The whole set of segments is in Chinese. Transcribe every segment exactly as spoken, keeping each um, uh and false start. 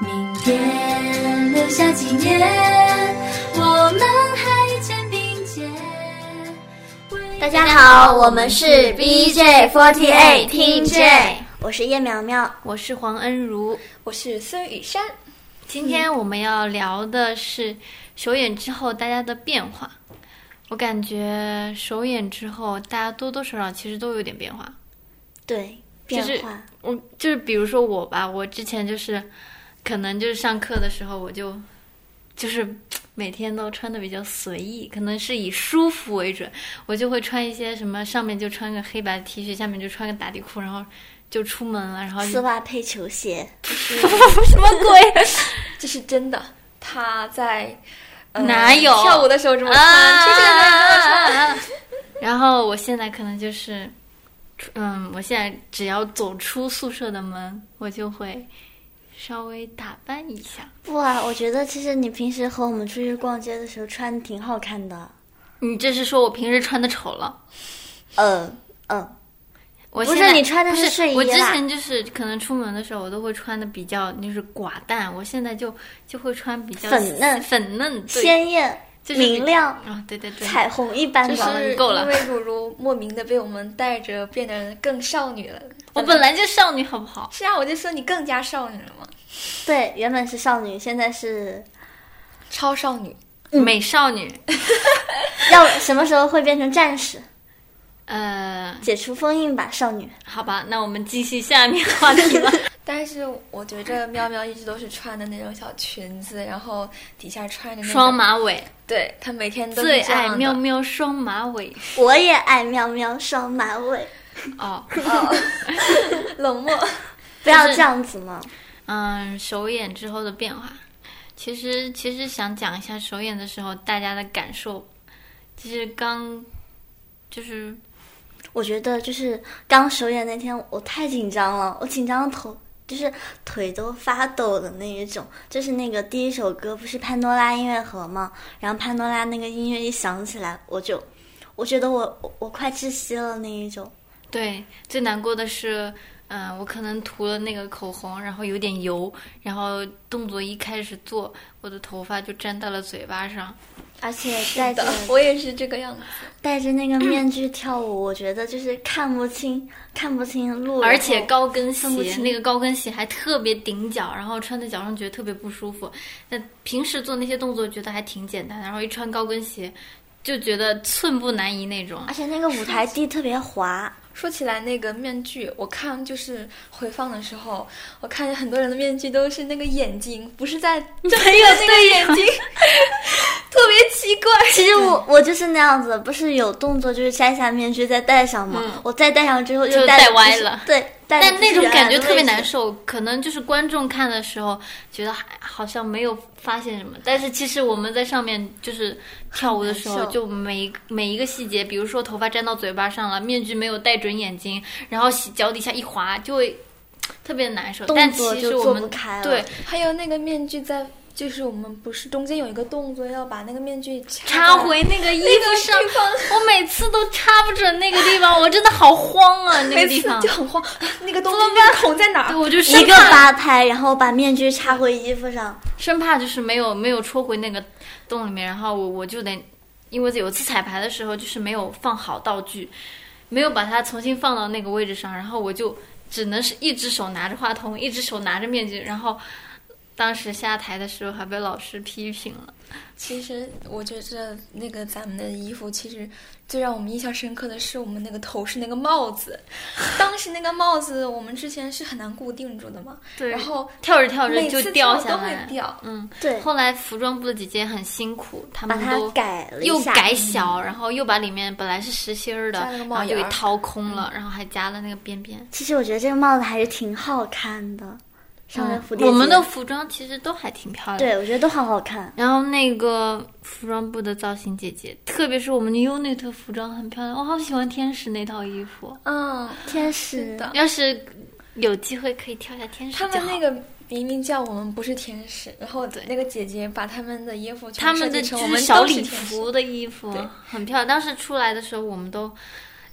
明天留下纪念，我们还肩并肩。 大家好，我们是 B J 四十八 Team J， 我是叶苗苗， 我是黄恩如， 我是孙雨珊。 今天我们要聊的是首演之后大家的变化。我感觉首演之后大家多多少少其实都有点变化。 对，变化、就是、 我就是比如说我吧，我之前就是可能就是上课的时候我就就是每天都穿的比较随意，可能是以舒服为准，我就会穿一些什么上面就穿个黑白的 T 恤，下面就穿个打底裤，然后就出门了，然后丝袜配球鞋什么鬼这是真的，他在、呃、 哪有跳舞的时候这么穿，出去的时候这么穿。 然后我现在可能就是嗯，我现在只要走出宿舍的门，我就会稍微打扮一下。 哇，我觉得其实你平时和我们出去逛街的时候穿挺好看的。 你这是说我平时穿的丑了？ 嗯嗯， 我不是你穿的是睡衣啦。 我之前就是可能出门的时候我都会穿的比较就是寡淡，我现在就就会穿比较粉嫩粉嫩鲜艳。就是、明亮啊、哦，对对对， 彩虹一般的， 就是够了。 因为如如莫名的被我们带着，变得更少女了。 我本来就少女，好不好？ 是啊，我就说你更加少女了嘛。 对，原本是少女，现在是超少女、 嗯、美少女。 要什么时候会变成战士？ 呃， 解除封印吧，少女。 好吧，那我们继续下面话题了。 但是我觉着喵喵一直都是穿的那种小裙子，然后底下穿着那种双马尾。 对，她每天都是最爱喵喵双马尾。 我也爱喵喵双马尾。 哦哦，冷漠， 不要这样子嘛。 嗯，首演之后的变化，其实其实想讲一下首演的时候大家的感受。其实刚就是。 我觉得就是刚首演那天我太紧张了，我紧张的头就是腿都发抖的那一种。就是那个第一首歌不是潘多拉音乐盒吗？然后潘多拉那个音乐一响起来，我就我觉得我我我快窒息了那一种。 对，最难过的是嗯、呃，我可能涂了那个口红，然后有点油，然后动作一开始做，我的头发就粘到了嘴巴上。 而且戴着， 我也是这个样子， 戴着那个面具跳舞，我觉得就是看不清，看不清路， 而且高跟鞋，那个高跟鞋还特别顶脚，然后穿在脚上觉得特别不舒服。那平时做那些动作觉得还挺简单，然后一穿高跟鞋，就觉得寸步难移那种。 而且那个舞台地特别滑。 说起来那个面具，我看就是回放的时候，我看见很多人的面具都是那个眼睛不是在睁着那个眼睛，特别奇怪。 其实我我就是那样子，不是有动作就是摘下面具再戴上嘛、嗯、我再戴上之后就戴戴歪了。 对，但那种感觉特别难受，可能就是观众看的时候觉得好像没有发现什么，但是其实我们在上面就是跳舞的时候，就每每一个细节，比如说头发粘到嘴巴上了，面具没有戴准眼睛，然后脚底下一滑，就会特别难受。 动作就做不开了。 对， 还有那个面具在。就是我们不是中间有一个动作要把那个面具插回那个衣服上，那个、我每次都插不准那个地方，我真的好慌啊！那个地方就很慌，那个动作那个孔在哪？ 对，我就一个八拍，然后把面具插回衣服上， 生怕就是没有没有戳回那个洞里面，然后我我就得，因为有次彩排的时候就是没有放好道具，没有把它重新放到那个位置上，然后我就只能是一只手拿着话筒，一只手拿着面具，然后。当时下台的时候还被老师批评了。 其实我觉得那个咱们的衣服，其实最让我们印象深刻的是我们那个头饰那个帽子。当时那个帽子我们之前是很难固定住的嘛， 对， 然后跳着跳着就掉下来， 都会掉。 嗯， 对。 后来服装部的姐姐很辛苦，他们都改了又改小，然后又把里面本来是实心儿的， 然后就给掏空了，然后还加了那个边边。 其实我觉得这个帽子还是挺好看的。上面蝴蝶结、 嗯、我们的服装其实都还挺漂亮的， 对，我觉得都好好看。 然后那个服装部的造型姐姐，特别是我们的 unit 服装很漂亮，我好喜欢天使那套衣服。 嗯， 天使的， 要是有机会可以跳下天使就好。 他们那个明明叫我们不是天使，然后那个姐姐把他们的衣服他们的就是小礼服的衣服很漂亮。当时出来的时候我们都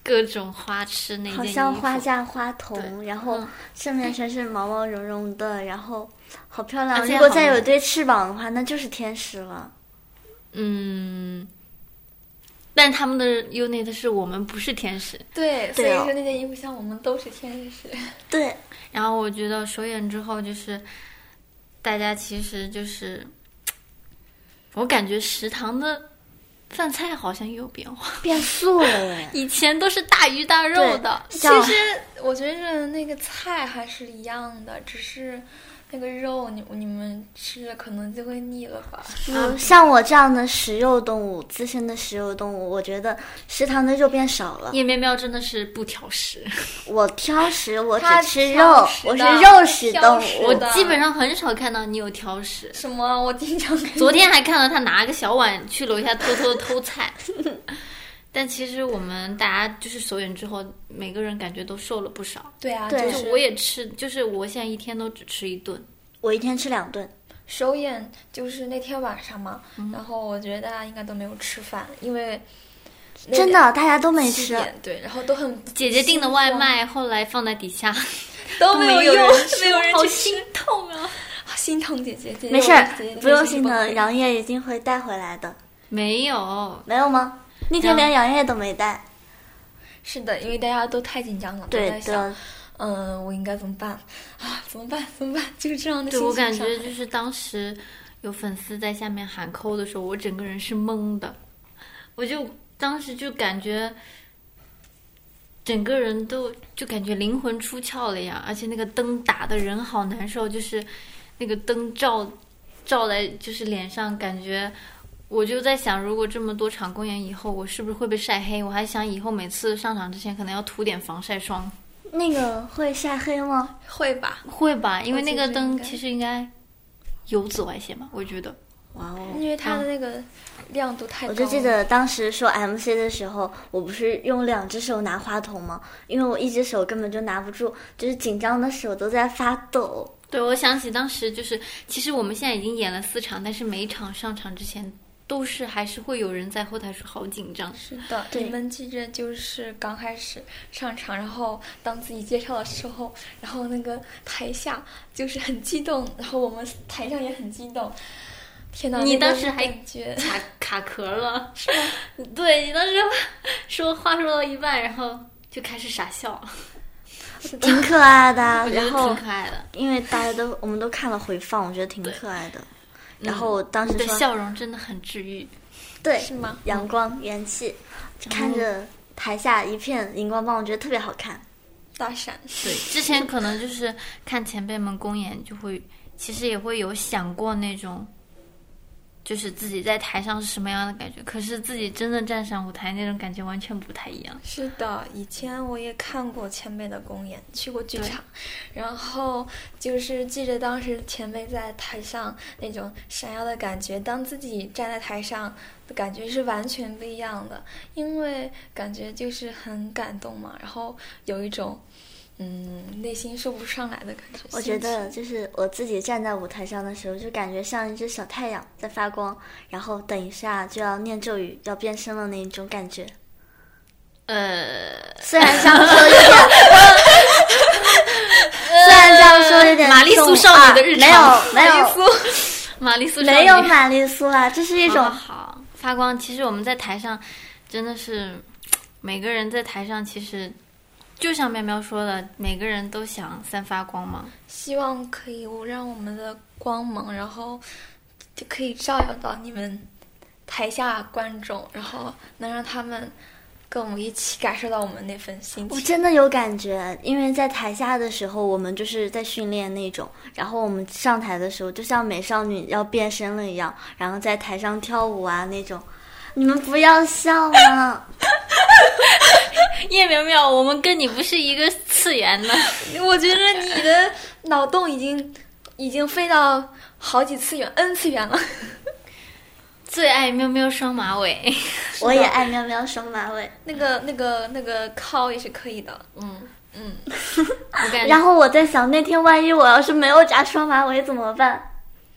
各种花痴那件衣服， 好像花架花童，然后嗯上面全是毛毛茸茸的，然后好漂亮。 而且如果再好有一对翅膀的话，那就是天使了。 嗯，但他们的 unit 是我们不是天使。 对，所对哦以说那件衣服像我们都是天使。 对， 然后我觉得首演之后，就是大家其实就是，我感觉食堂的饭菜好像也有变化， 变素了耶。 以前都是大鱼大肉的， 其像实我觉得那个菜还是一样的，只是那个肉你你们吃了可能就会腻了吧。 嗯，像我这样的食肉动物，资深的食肉动物，我觉得食堂的肉变少了。 叶喵喵真的是不挑食， 我挑食，我只它吃肉， 挑食的我是肉食动挑食物我的。 基本上很少看到你有挑食。 什么？我经常跟昨天还看到他拿个小碗去楼下偷偷偷菜，但其实我们大家就是首演之后，每个人感觉都瘦了不少。 对啊， 对就是我也吃，就是我现在一天都只吃一顿。 我一天吃两顿。 首演就是那天晚上嘛，然后我觉得大家应该都没有吃饭，因为那真的，大家都没吃。 七点对，然后都很姐姐订的外卖后来放在底下， 都没有有用， 人吃没有人好去吃心痛啊！ 心疼姐姐，姐姐没事儿姐姐， 不用心疼， 内心杨烨一定会带回来的。 没有， 没有吗？那天连杨烨都没带。 是的，因为大家都太紧张了，都对在想， 的， 嗯，我应该怎么办啊？怎么办？怎么办？就是这样的对心我感觉情上来就是当时有粉丝在下面喊扣的时候，我整个人是懵的，我就当时就感觉整个人都就感觉灵魂出窍了呀，而且那个灯打的人好难受，就是那个灯照照在就是脸上，感觉我就在想，如果这么多场公演以后，我是不是会被晒黑？我还想以后每次上场之前可能要涂点防晒霜。 那个会晒黑吗？ 会吧？ 会吧，因为那个我觉得应该灯其实应该有紫外线吧，我觉得。 哇哦！ 因为它的那个亮度太高了。 我就记得当时说 M C 的时候，我不是用两只手拿话筒吗？因为我一只手根本就拿不住，就是紧张的手都在发抖。 对，我想起当时就是，其实我们现在已经演了四场，但是每一场上场之前都是还是会有人在后台说好紧张。 是的， 对你们记着，就是刚开始上场，然后当自己介绍的时候，然后那个台下就是很激动，然后我们台上也很激动。天哪， 你那个当时还感觉卡卡壳了，是吗？对，你当时说话说到一半，然后就开始傻笑， 挺可爱的。 我觉得然后挺可爱的。 因为大家都我们都看了回放，我觉得挺可爱的。然后我当时说， 你的笑容真的很治愈。 对， 是吗？ 阳光元气，看着台下一片荧光棒，我觉得特别好看。 大闪， 对，之前可能就是看前辈们公演，就会其实也会有想过那种，就是自己在台上是什么样的感觉，可是自己真的站上舞台那种感觉完全不太一样。 是的，以前我也看过前辈的公演，去过剧场，然后就是记着当时前辈在台上那种闪耀的感觉，当自己站在台上的感觉是完全不一样的，因为感觉就是很感动嘛，然后有一种嗯内心说不上来的感觉。 我觉得就是我自己站在舞台上的时候，就感觉像一只小太阳在发光，然后等一下就要念咒语要变身了那种感觉。 呃， 虽然这样说有点，虽然这样说有点玛丽苏重少女的日常啊、没有没有玛丽苏少女没有玛丽苏啦，这是一种好好发光。其实我们在台上真的是每个人在台上，其实就像喵喵说的，每个人都想散发光芒。 希望可以让我们的光芒，然后就可以照耀到你们台下观众，然后能让他们跟我们一起感受到我们那份心我情。 真的有感觉，因为在台下的时候，我们就是在训练那种，然后我们上台的时候，就像美少女要变身了一样，然后在台上跳舞啊那种。你们不要笑嘛！ 叶苗苗，我们跟你不是一个次元的。 我觉得你的脑洞已经已经飞到好几次元 N 次元了。 最爱喵喵双马尾， 我也爱喵喵双马尾。 那个那个那个靠也是可以的。 嗯嗯， 我感觉然后我在想，那天万一我要是没有扎双马尾怎么办？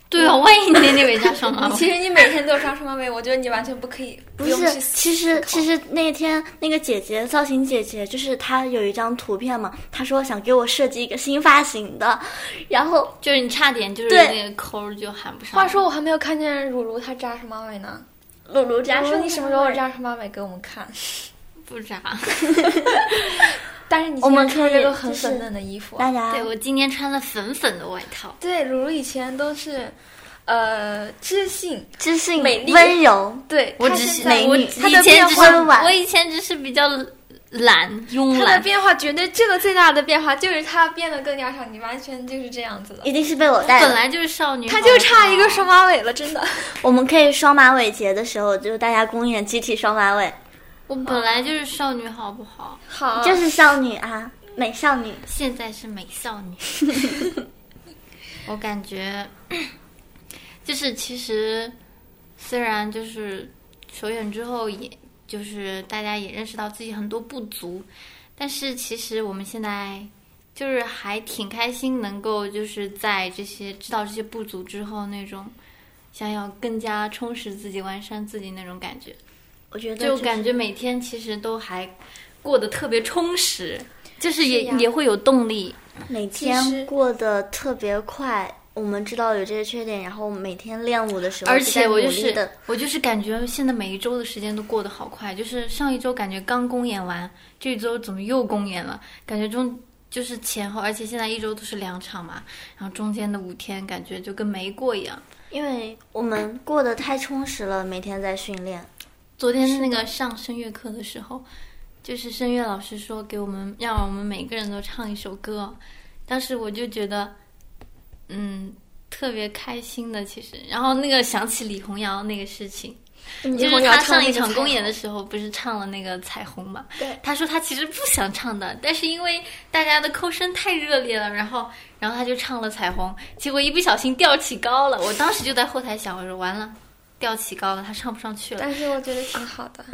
对啊，万一你那天没扎双马尾， 其实你每天都扎双马尾，我觉得你完全不可以， 不是， 用去其实思考其实那天那个姐姐造型姐姐，就是她有一张图片嘛，她说想给我设计一个新发型的，然后就是你差点就是对那个扣儿就喊不上。 话说我还没有看见如如她扎双马尾呢， 露露扎如双如你什么时候扎双马尾给我们看？ 不扎。 但是你我们可以今天穿这个很就是粉嫩的衣服， 大家对，我今天穿了粉粉的外套。 对，如如以前都是，呃，知性， 知性美丽温柔， 对， 我只是她现在我美女以她的变前只是化， 温婉我以前只是比较懒慵她的懒。 变化绝对，这个最大的变化就是她变得更加少，你完全就是这样子的， 一定是被我带的。 本来就是少女， 她就差一个好双马尾了，真的。 我们可以双马尾节的时候，就是大家公演集体双马尾， 我本来就是少女，好不好？ 好， 就是少女啊，美少女。 现在是美少女。我感觉，就是其实，虽然就是首演之后，也就是大家也认识到自己很多不足，但是其实我们现在就是还挺开心，能够就是在这些知道这些不足之后，那种想要更加充实自己、完善自己那种感觉。 我觉得就是感觉每天其实都还过得特别充实，就是也是呀也会有动力。 每其实天过得特别快。我们知道有这些缺点，然后每天练舞的时候， 而且我就在努力的是我就是感觉现在每一周的时间都过得好快，就是上一周感觉刚公演完，这一周怎么又公演了？感觉中就是前后，而且现在一周都是两场嘛，然后中间的五天感觉就跟没过一样。 因为我们过得太充实了，每天在训练。 昨天那个上声乐课的时候，就是声乐老师说给我们让我们每个人都唱一首歌，当时我就觉得，嗯，特别开心的。其实，然后那个想起李红瑶那个事情，就是他上一场公演的时候不是唱了那个彩虹嘛？ 对， 他说他其实不想唱的，但是因为大家的扣声太热烈了，然后然后他就唱了彩虹，结果一不小心调起高了。我当时就在后台想，我说完了。调起高了，他唱不上去了。 但是我觉得挺好的。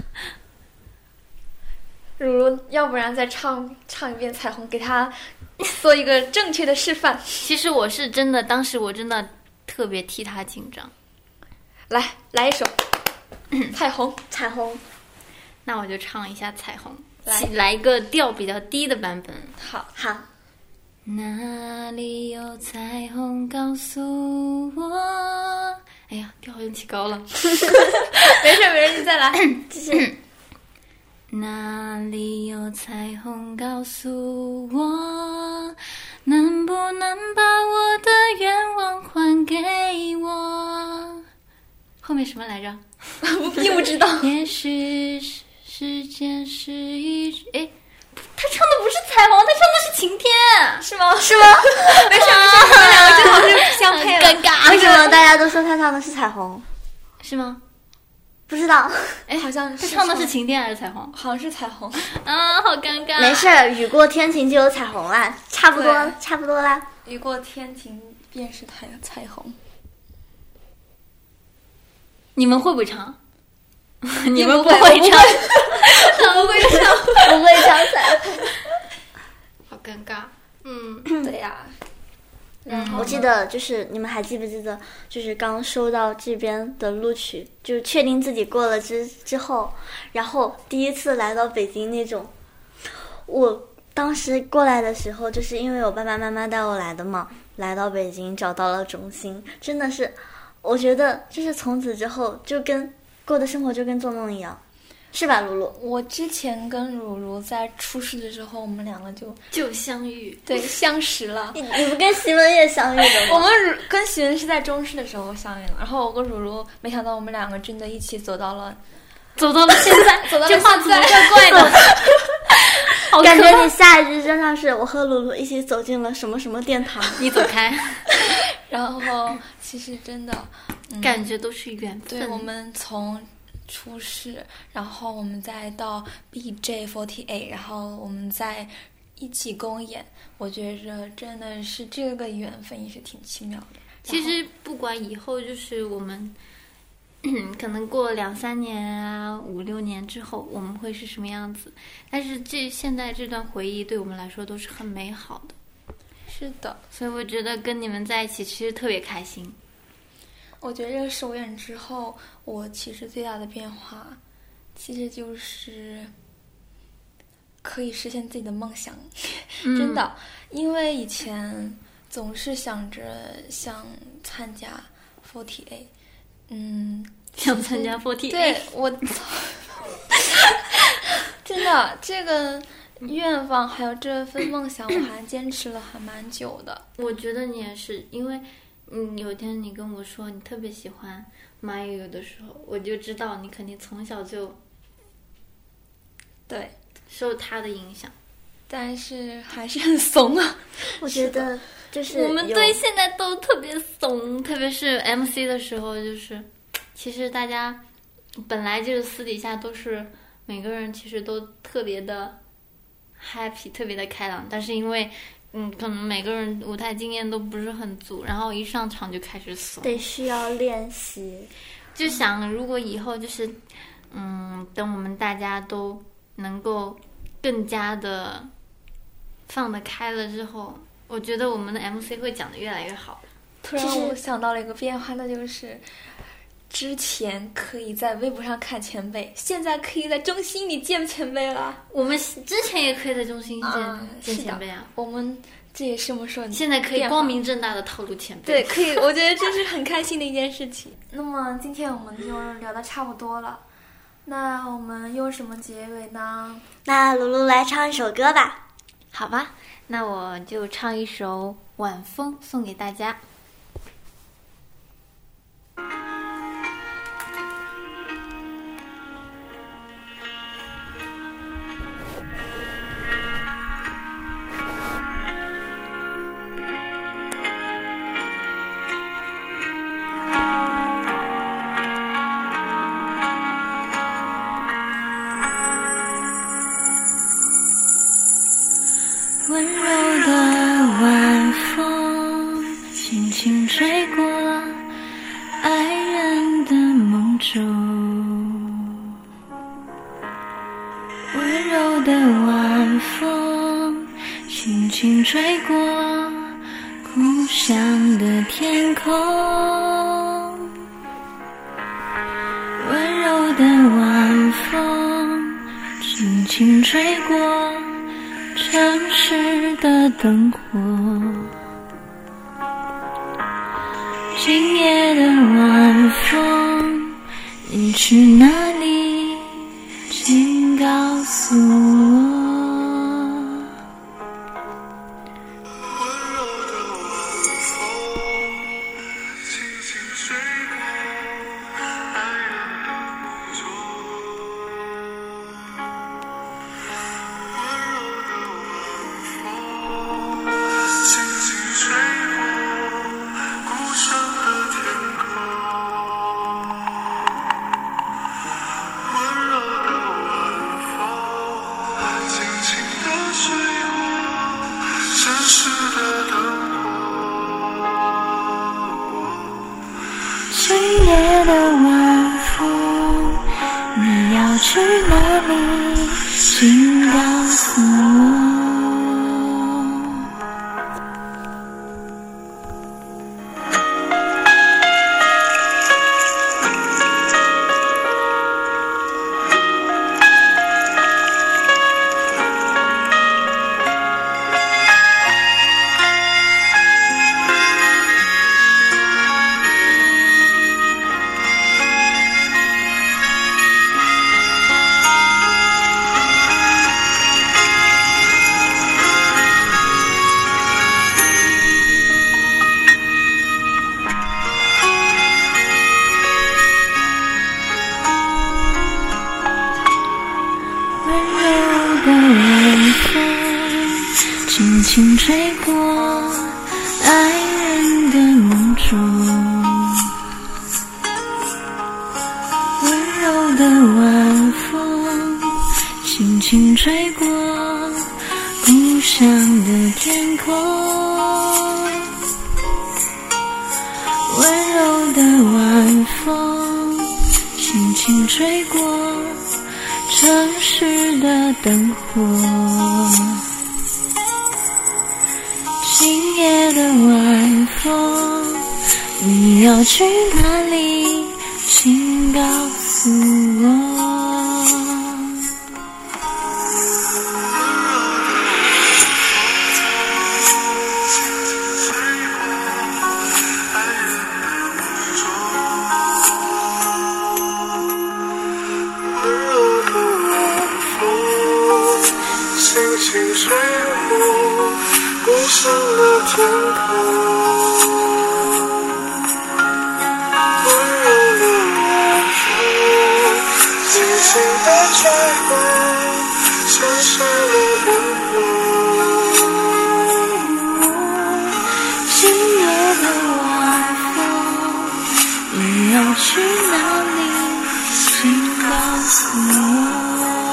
如如，要不然再唱唱一遍《彩虹》，给他做一个正确的示范。 其实我是真的，当时我真的特别替他紧张。 来，来一首《彩虹》。 彩虹， 那我就唱一下《彩虹》， 来来一个调比较低的版本。 好， 好。 哪里有彩虹告诉我？哎呀，调有点起高了。 没事没事，你再来。 继续。 哪里有彩虹告诉我？能不能把我的愿望还给我？后面什么来着？ 并不知道。 也许是时间是一哎。他唱的不是彩虹，他唱的是晴天， 是吗？ 是吗？ 没事没事，你们两个正好是相配了。 尴尬。 为什么大家都说他唱的是彩虹？ 是吗？ 不知道。 哎， 好像是他唱的是晴天还是彩虹？ 好像是彩虹。 啊，好尴尬。 没事儿，雨过天晴就有彩虹啦，差不多对差不多啦。 雨过天晴便是彩彩虹。 你们会不会唱？ 你们不会会唱， 我不会唱， 不会唱彩虹。 好尴尬。嗯， 对呀。然后我记得就是你们还记不记得，就是刚收到这边的录取，就是确定自己过了之之后，然后第一次来到北京那种，我当时过来的时候，就是因为我爸爸妈妈带我来的嘛，来到北京找到了中心，真的是，我觉得就是从此之后就跟过的生活就跟做梦一样。是吧，露露？ 我之前跟如如在初试的时候，我们两个就就相遇， 对相识了。 你你不跟席文也相遇的吗？ 我们跟席文是在中试的时候相遇了，然后我跟如如，没想到我们两个真的一起走到了， 走到了现在， 走到了这话怎么现在怪怪的？好感可怕觉你下一句就像是我和露露一起走进了什么什么殿堂。 你走开。 然后其实真的，嗯、 感觉都是缘分。 对，我们从初试，然后我们再到 B J 四十八，然后我们再一起公演，我觉着真的是这个缘分也是挺奇妙的。 其实不管以后就是我们，嗯，可能过两三年啊、五六年之后，我们会是什么样子？但是这现在这段回忆对我们来说都是很美好的。 是的， 所以我觉得跟你们在一起其实特别开心。 我觉得这个首演之后，我其实最大的变化，其实就是可以实现自己的梦想， 嗯、 真的，因为以前总是想着想参加 四十八，嗯， 想参加 四十八， 对我，真的这个愿望还有这份梦想，我还坚持了还蛮久的。 我觉得你也是，因为嗯，有天你跟我说你特别喜欢马友友的时候，我就知道你肯定从小就对受他的影响， 但是还是很怂啊。 我觉得就是我们队现在都特别怂，特别是 M C 的时候，就是其实大家本来就是私底下都是每个人其实都特别的 happy， 特别的开朗，但是因为嗯，可能每个人舞台经验都不是很足，然后一上场就开始怂， 得需要练习。 就想如果以后就是嗯，等我们大家都能够更加的放得开了之后，我觉得我们的 M C 会讲得越来越好。 突然我想到了一个变化，那就是之前可以在微博上看前辈，现在可以在中心里见前辈了。 我们之前也可以在中心见、 啊、 见前辈啊。 我们这也是我们说现在可以光明正大的套路前辈。 对，可以，我觉得这是很开心的一件事情。那么今天我们就聊得差不多了，那我们用什么结尾呢？ 那卢卢来唱一首歌吧。 好吧，那我就唱一首《晚风》送给大家。 温柔的晚风轻轻吹过爱人的梦中，温柔的晚风轻轻吹过故乡的天空，温柔的晚风轻轻吹过城市的灯火，今夜的晚风，你去哪里？请告诉我。今夜的晚风，你要去哪里？请告诉我。轻轻吹过爱人的梦中，温柔的晚风轻轻吹过故乡的天空，温柔的晚风轻轻吹过城市的灯火，今夜的晚风， 你要去哪里？请告诉我。 轻轻吹过陌生的天空，温柔的晚风轻轻地吹过城市的灯光， 轻柔的晚风，你要去哪里？请告诉我。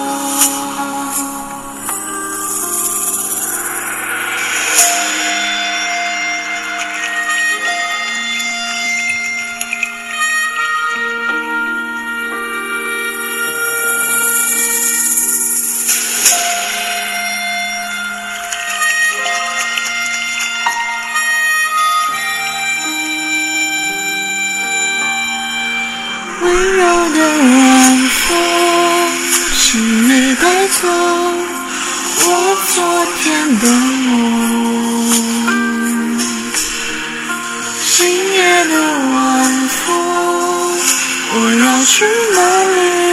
温柔的晚风，请你带走我昨天的梦。今夜的晚风，我要去哪里？